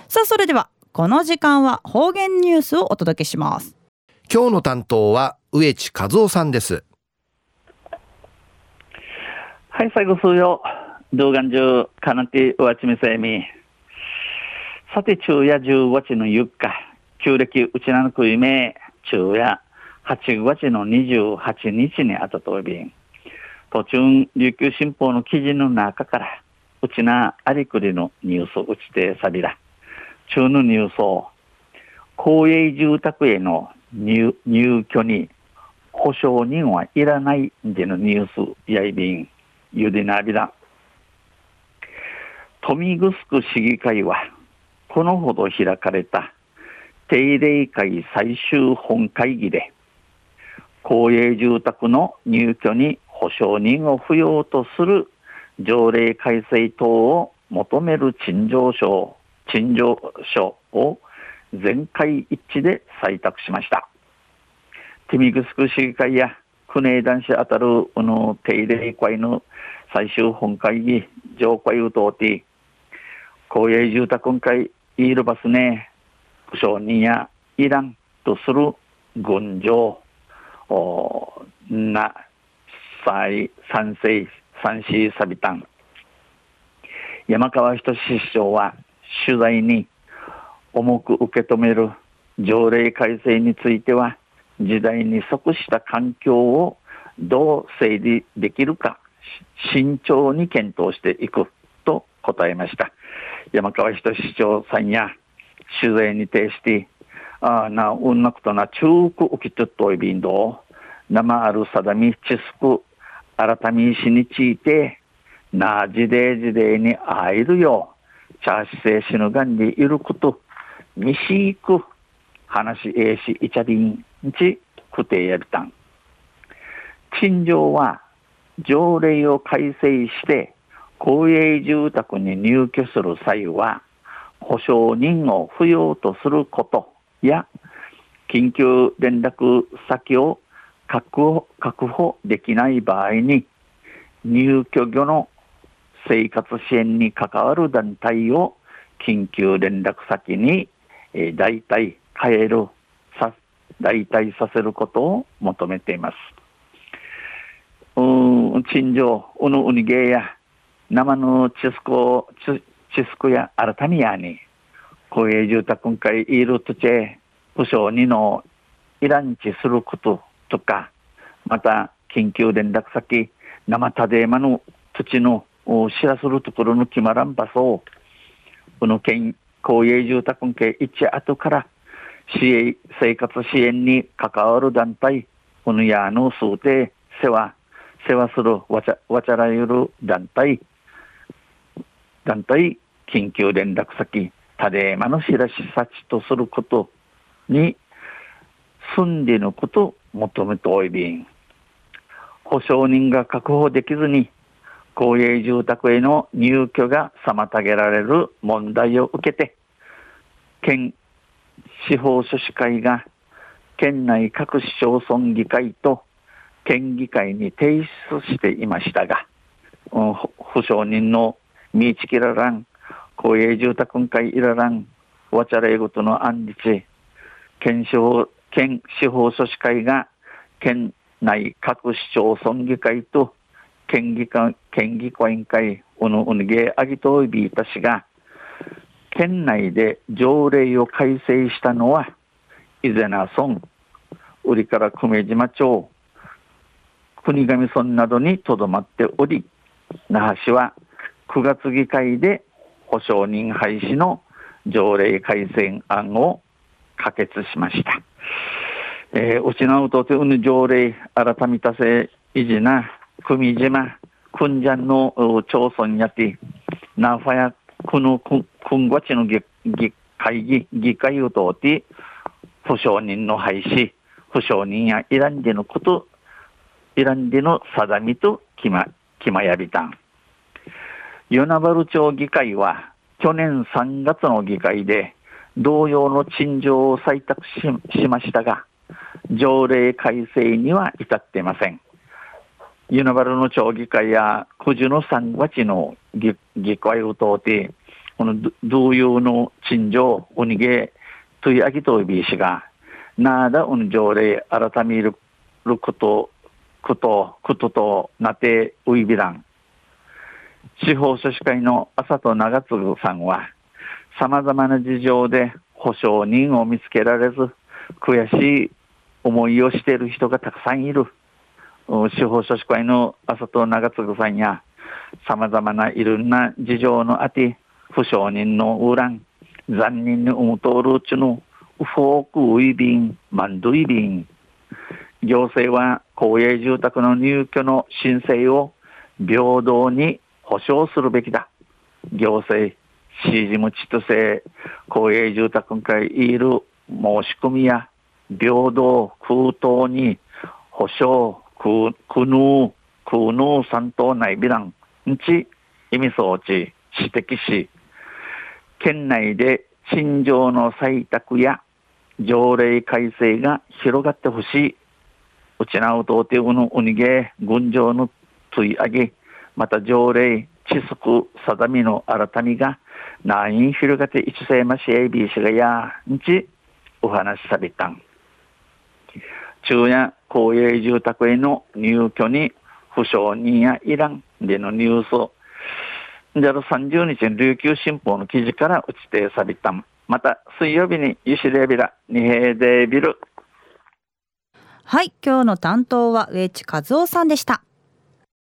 さあそれではこの時間は方言ニュースをお届けします。 今日の担当は植地和夫さんです。 はい、最後数曜動画中かなってうわちみせみさて昼夜15日の4日旧暦うちなのくいめ昼夜8月の28日にあたとびん途中琉球新報の記事の中からうちなありくりのニュースうちてさびら中のニュースを公営住宅への入居に保証人はいらないでのニュースやいびんゆでなびら豊見城市議会はこのほど開かれた定例会最終本会議で公営住宅の入居に保証人を不要とする条例改正等を求める陳情書を全会一致で採択しました。豊見城市議会や国枝男子あたる定例会の最終本会議上会うとうて公営住宅会いるバスね保証人やいらんとする群青な賛成サビタン山川仁市長は取材に重く受け止める条例改正については時代に即した環境をどう整理できるか慎重に検討していくと答えました。山川仁市長さんや取材に対してうんなことな中く起きとっといびんど生ある定みちすく改めしについてなじでに会えるよチャーシセシのがんでいることにしく話えしいちゃりんちくてやびたん陳情は条例を改正して公営住宅に入居する際は保証人を不要とすることや緊急連絡先を確保できない場合に入居後の生活支援に関わる団体を緊急連絡先に代替させることを求めています。陳情うぬうにげや生のチスクや改めやに公営住宅会いるとち保証にのいらんちすることとかまた緊急連絡先生たでまの土地の知らするところの決まらん場所をこの公営住宅系一後から生活支援に関わる団体このやの数定世話するわちゃらゆる団体緊急連絡先たでまの知らしさちとすることに住んでのこと求めておいびん保証人が確保できずに公営住宅への入居が妨げられる問題を受けて県司法書士会が県内各市町村議会と県議会に提出していましたが保証人の見ちきららん公営住宅会いららんわちゃれごとの案日県司法書士会が県内各市町村議会と県議会委員会うぬげあぎといびいたしが県内で条例を改正したのは伊是名村売りから久米島町国頭村などにとどまっており那覇市は9月議会で保証人廃止の条例改正案を可決しました。うちなうとてうぬ条例改めたせいじな久米島くんじゃんの町村やてなファやくのくんごちの議会をとおて保証人の廃止保証人やイランでの定みと決まやびたん与那原町議会は去年3月の議会で同様の陳情を採択しましたが条例改正には至っていません。与那原の町議会や9時の3月の議会を通ってこの同様の陳情おにげといあぎといびしがなだ条例改めることとなってういびらん。司法書士会の浅戸長次さんは様々な事情で保証人を見つけられず悔しい思いをしている人がたくさんいる。司法書士会の浅戸長次さんや様々ないろんな事情のあて不承認のウラン残忍に思うとるうちのフォークウイビンマンドイビン行政は公営住宅の入居の申請を平等に保障するべきだ。行政指示無知とせ公営住宅会いる申し込みや平等空等に保障空能三等内ビランんち意味装置指摘し県内で陳情の採択や条例改正が広がってほしい。うちなうとうてうのうにげ群青のつい上げまた条例知識定みの改みが何員広がって一世ましえびしがやんちお話しさびたん。昼夜公営住宅への入居に不承認やいらんでのニュースじゃる30日に琉球新報の記事から打ちてさびたん。また水曜日にゆしれびらにへでびる。 はい、今日の担当は上地和夫さんでした。